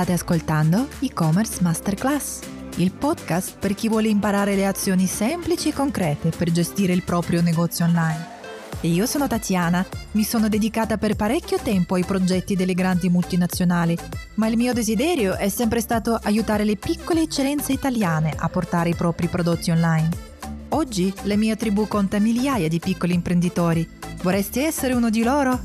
State ascoltando E-commerce Masterclass, il podcast per chi vuole imparare le azioni semplici e concrete per gestire il proprio negozio online. E io sono Tatiana, mi sono dedicata per parecchio tempo ai progetti delle grandi multinazionali, ma il mio desiderio è sempre stato aiutare le piccole eccellenze italiane a portare i propri prodotti online. Oggi la mia tribù conta migliaia di piccoli imprenditori. Vorresti essere uno di loro?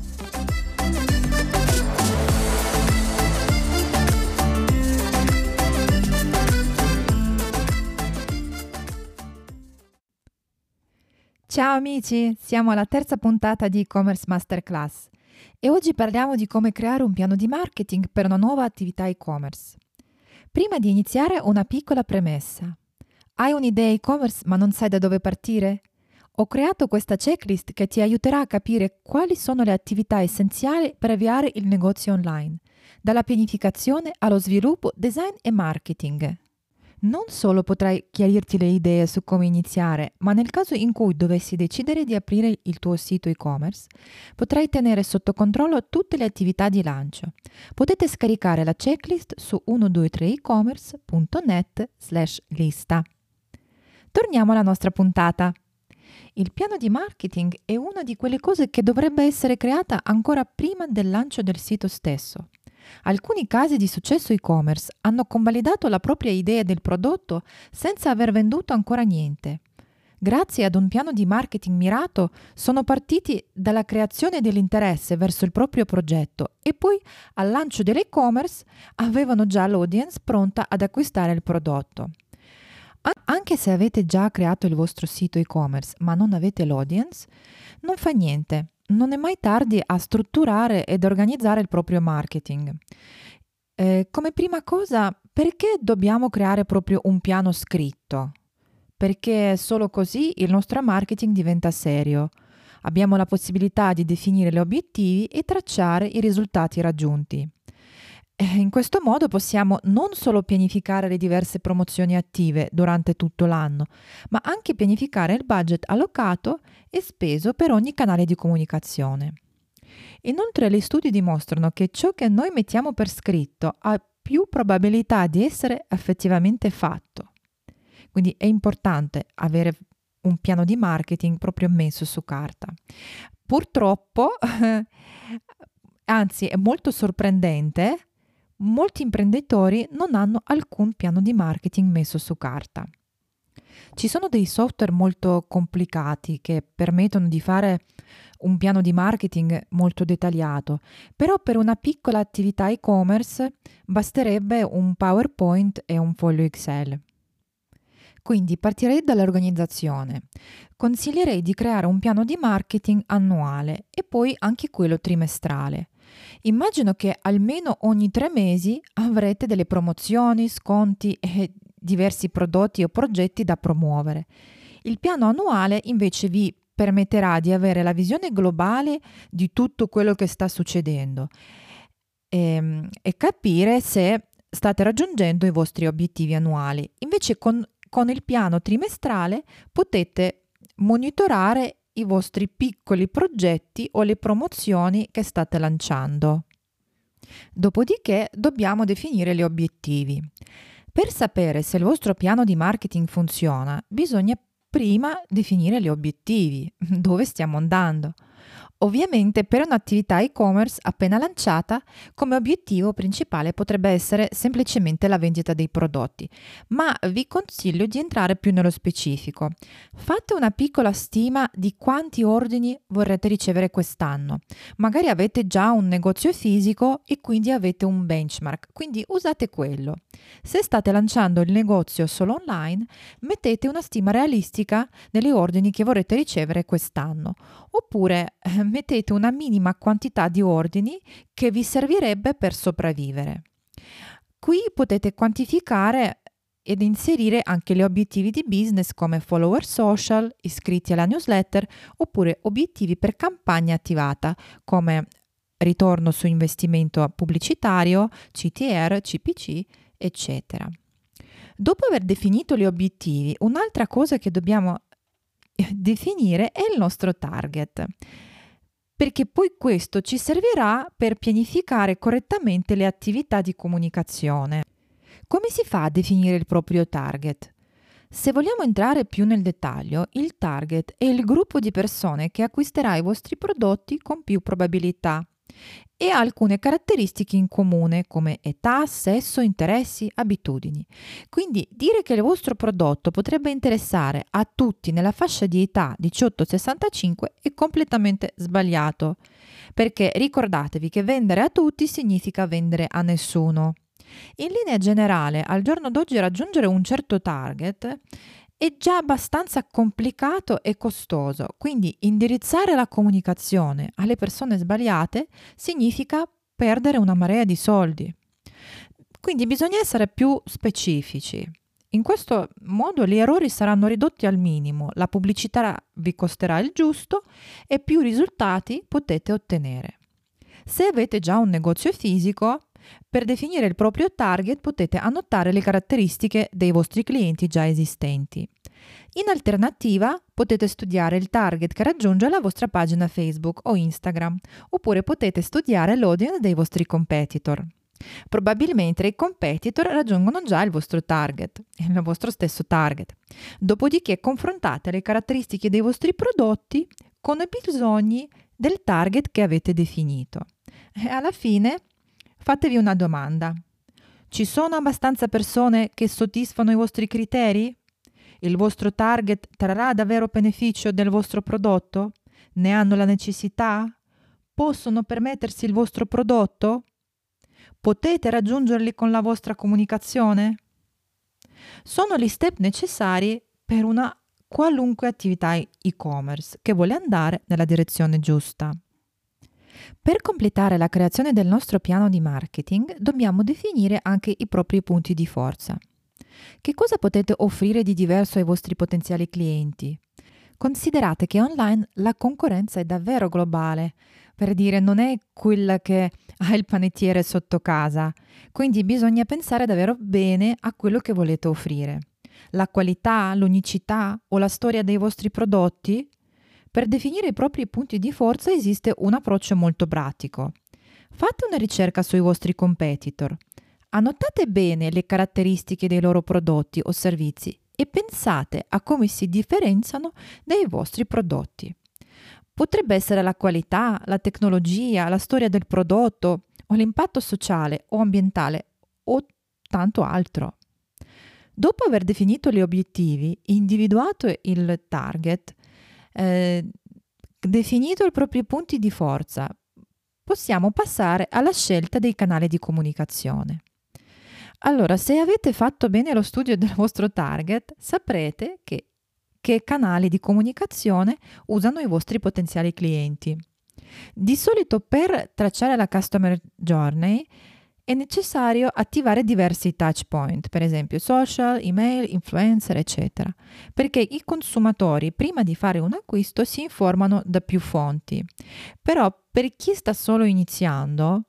Ciao amici, siamo alla terza puntata di E-commerce Masterclass e oggi parliamo di come creare un piano di marketing per una nuova attività e-commerce. Prima di iniziare una piccola premessa. Hai un'idea e-commerce ma non sai da dove partire? Ho creato questa checklist che ti aiuterà a capire quali sono le attività essenziali per avviare il negozio online, dalla pianificazione allo sviluppo, design e marketing. Non solo potrai chiarirti le idee su come iniziare, ma nel caso in cui dovessi decidere di aprire il tuo sito e-commerce, potrai tenere sotto controllo tutte le attività di lancio. Potete scaricare la checklist su 123ecommerce.net/lista. Torniamo alla nostra puntata. Il piano di marketing è una di quelle cose che dovrebbe essere creata ancora prima del lancio del sito stesso. Alcuni casi di successo e-commerce hanno convalidato la propria idea del prodotto senza aver venduto ancora niente. Grazie ad un piano di marketing mirato sono partiti dalla creazione dell'interesse verso il proprio progetto e poi al lancio dell'e-commerce avevano già l'audience pronta ad acquistare il prodotto. Anche se avete già creato il vostro sito e-commerce ma non avete l'audience, non fa niente. Non è mai tardi a strutturare ed organizzare il proprio marketing. Come prima cosa, perché dobbiamo creare proprio un piano scritto? Perché solo così il nostro marketing diventa serio. Abbiamo la possibilità di definire gli obiettivi e tracciare i risultati raggiunti. In questo modo possiamo non solo pianificare le diverse promozioni attive durante tutto l'anno, ma anche pianificare il budget allocato e speso per ogni canale di comunicazione. Inoltre, gli studi dimostrano che ciò che noi mettiamo per scritto ha più probabilità di essere effettivamente fatto. Quindi è importante avere un piano di marketing proprio messo su carta. Purtroppo, anzi è molto sorprendente, molti imprenditori non hanno alcun piano di marketing messo su carta. Ci sono dei software molto complicati che permettono di fare un piano di marketing molto dettagliato, però per una piccola attività e-commerce basterebbe un PowerPoint e un foglio Excel. Quindi partirei dall'organizzazione. Consiglierei di creare un piano di marketing annuale e poi anche quello trimestrale. Immagino che almeno ogni 3 mesi avrete delle promozioni, sconti e diversi prodotti o progetti da promuovere. Il piano annuale invece vi permetterà di avere la visione globale di tutto quello che sta succedendo e capire se state raggiungendo i vostri obiettivi annuali. Invece con il piano trimestrale potete monitorare i vostri piccoli progetti o le promozioni che state lanciando. Dopodiché dobbiamo definire gli obiettivi. Per sapere se il vostro piano di marketing funziona, bisogna prima definire gli obiettivi, dove stiamo andando. Ovviamente per un'attività e-commerce appena lanciata, come obiettivo principale potrebbe essere semplicemente la vendita dei prodotti, ma vi consiglio di entrare più nello specifico. Fate una piccola stima di quanti ordini vorrete ricevere quest'anno. Magari avete già un negozio fisico e quindi avete un benchmark, quindi usate quello. Se state lanciando il negozio solo online, mettete una stima realistica degli ordini che vorrete ricevere quest'anno, oppure mettete una minima quantità di ordini che vi servirebbe per sopravvivere. Qui potete quantificare ed inserire anche gli obiettivi di business come follower social, iscritti alla newsletter, oppure obiettivi per campagna attivata come ritorno su investimento pubblicitario, CTR, CPC, eccetera. Dopo aver definito gli obiettivi, un'altra cosa che dobbiamo definire è il nostro target. perché poi questo ci servirà per pianificare correttamente le attività di comunicazione. Come si fa a definire il proprio target? Se vogliamo entrare più nel dettaglio, il target è il gruppo di persone che acquisterà i vostri prodotti con più probabilità e ha alcune caratteristiche in comune come età, sesso, interessi, abitudini. Quindi dire che il vostro prodotto potrebbe interessare a tutti nella fascia di età 18-65 è completamente sbagliato, perché ricordatevi che vendere a tutti significa vendere a nessuno. In linea generale, al giorno d'oggi raggiungere un certo target è già abbastanza complicato e costoso, quindi indirizzare la comunicazione alle persone sbagliate significa perdere una marea di soldi. Quindi bisogna essere più specifici. In questo modo gli errori saranno ridotti al minimo, la pubblicità vi costerà il giusto e più risultati potete ottenere. Se avete già un negozio fisico, per definire il proprio target potete annotare le caratteristiche dei vostri clienti già esistenti. In alternativa potete studiare il target che raggiunge la vostra pagina Facebook o Instagram, oppure potete studiare l'audience dei vostri competitor. Probabilmente i competitor raggiungono già il vostro target, il vostro stesso target. Dopodiché confrontate le caratteristiche dei vostri prodotti con i bisogni del target che avete definito. E alla fine fatevi una domanda. Ci sono abbastanza persone che soddisfano i vostri criteri? Il vostro target trarrà davvero beneficio del vostro prodotto? Ne hanno la necessità? Possono permettersi il vostro prodotto? Potete raggiungerli con la vostra comunicazione? Sono gli step necessari per una qualunque attività e-commerce che vuole andare nella direzione giusta. Per completare la creazione del nostro piano di marketing dobbiamo definire anche i propri punti di forza. Che cosa potete offrire di diverso ai vostri potenziali clienti? Considerate che online la concorrenza è davvero globale, per dire non è quella che ha il panettiere sotto casa, quindi bisogna pensare davvero bene a quello che volete offrire. La qualità, l'unicità o la storia dei vostri prodotti? Per definire i propri punti di forza esiste un approccio molto pratico. Fate una ricerca sui vostri competitor. Annotate bene le caratteristiche dei loro prodotti o servizi e pensate a come si differenziano dai vostri prodotti. Potrebbe essere la qualità, la tecnologia, la storia del prodotto o l'impatto sociale o ambientale o tanto altro. Dopo aver definito gli obiettivi, individuato il target, definito i propri punti di forza, possiamo passare alla scelta dei canali di comunicazione. Allora, se avete fatto bene lo studio del vostro target, saprete che canali di comunicazione usano i vostri potenziali clienti. Di solito per tracciare la customer journey è necessario attivare diversi touch point, per esempio social, email, influencer, eccetera, perché i consumatori prima di fare un acquisto si informano da più fonti. Però per chi sta solo iniziando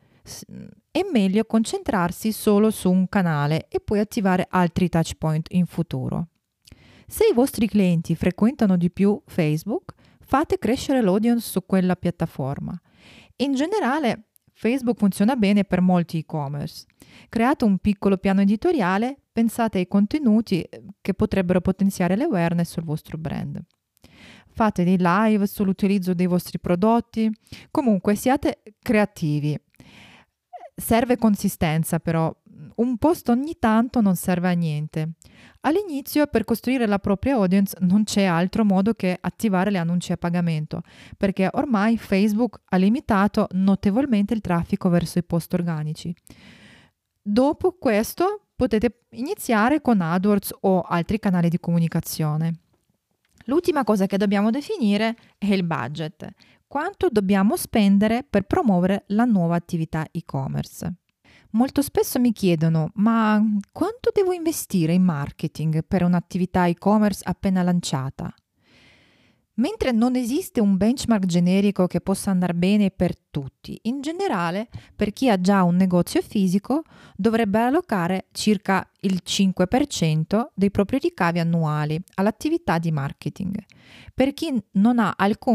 è meglio concentrarsi solo su un canale e poi attivare altri touch point in futuro. Se i vostri clienti frequentano di più Facebook, fate crescere l'audience su quella piattaforma. In generale, Facebook funziona bene per molti e-commerce. Create un piccolo piano editoriale, pensate ai contenuti che potrebbero potenziare l'awareness sul vostro brand. Fate dei live sull'utilizzo dei vostri prodotti. Comunque siate creativi. Serve consistenza però. Un post ogni tanto non serve a niente. All'inizio, per costruire la propria audience non c'è altro modo che attivare le annunci a pagamento, perché ormai Facebook ha limitato notevolmente il traffico verso i post organici. Dopo questo potete iniziare con AdWords o altri canali di comunicazione. L'ultima cosa che dobbiamo definire è il budget. Quanto dobbiamo spendere per promuovere la nuova attività e-commerce? Molto spesso mi chiedono, ma quanto devo investire in marketing per un'attività e-commerce appena lanciata? Mentre non esiste un benchmark generico che possa andare bene per tutti, in generale, per chi ha già un negozio fisico, dovrebbe allocare circa il 5% dei propri ricavi annuali all'attività di marketing. Per chi non ha alcun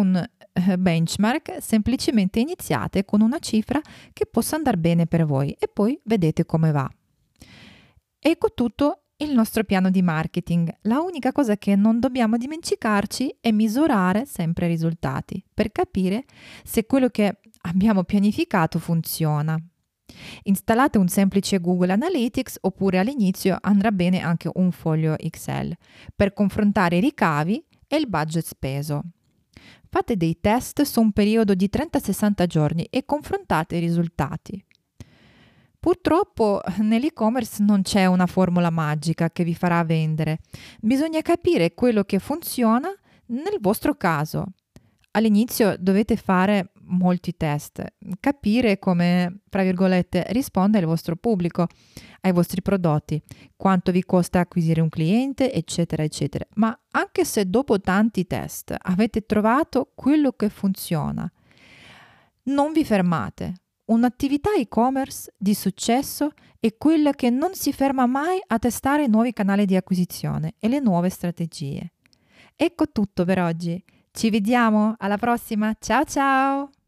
benchmark, semplicemente iniziate con una cifra che possa andare bene per voi e poi vedete come va. Ecco tutto il nostro piano di marketing. La unica cosa che non dobbiamo dimenticarci è misurare sempre i risultati per capire se quello che abbiamo pianificato funziona. Installate un semplice Google Analytics oppure all'inizio andrà bene anche un foglio Excel per confrontare i ricavi e il budget speso. Fate dei test su un periodo di 30-60 giorni e confrontate i risultati. Purtroppo nell'e-commerce non c'è una formula magica che vi farà vendere. Bisogna capire quello che funziona nel vostro caso. All'inizio dovete fare molti test, capire come, tra virgolette, risponde il vostro pubblico ai vostri prodotti, quanto vi costa acquisire un cliente, eccetera, eccetera. Ma anche se dopo tanti test avete trovato quello che funziona, non vi fermate. Un'attività e-commerce di successo è quella che non si ferma mai a testare nuovi canali di acquisizione e le nuove strategie. Ecco tutto per oggi. Ci vediamo alla prossima. Ciao ciao!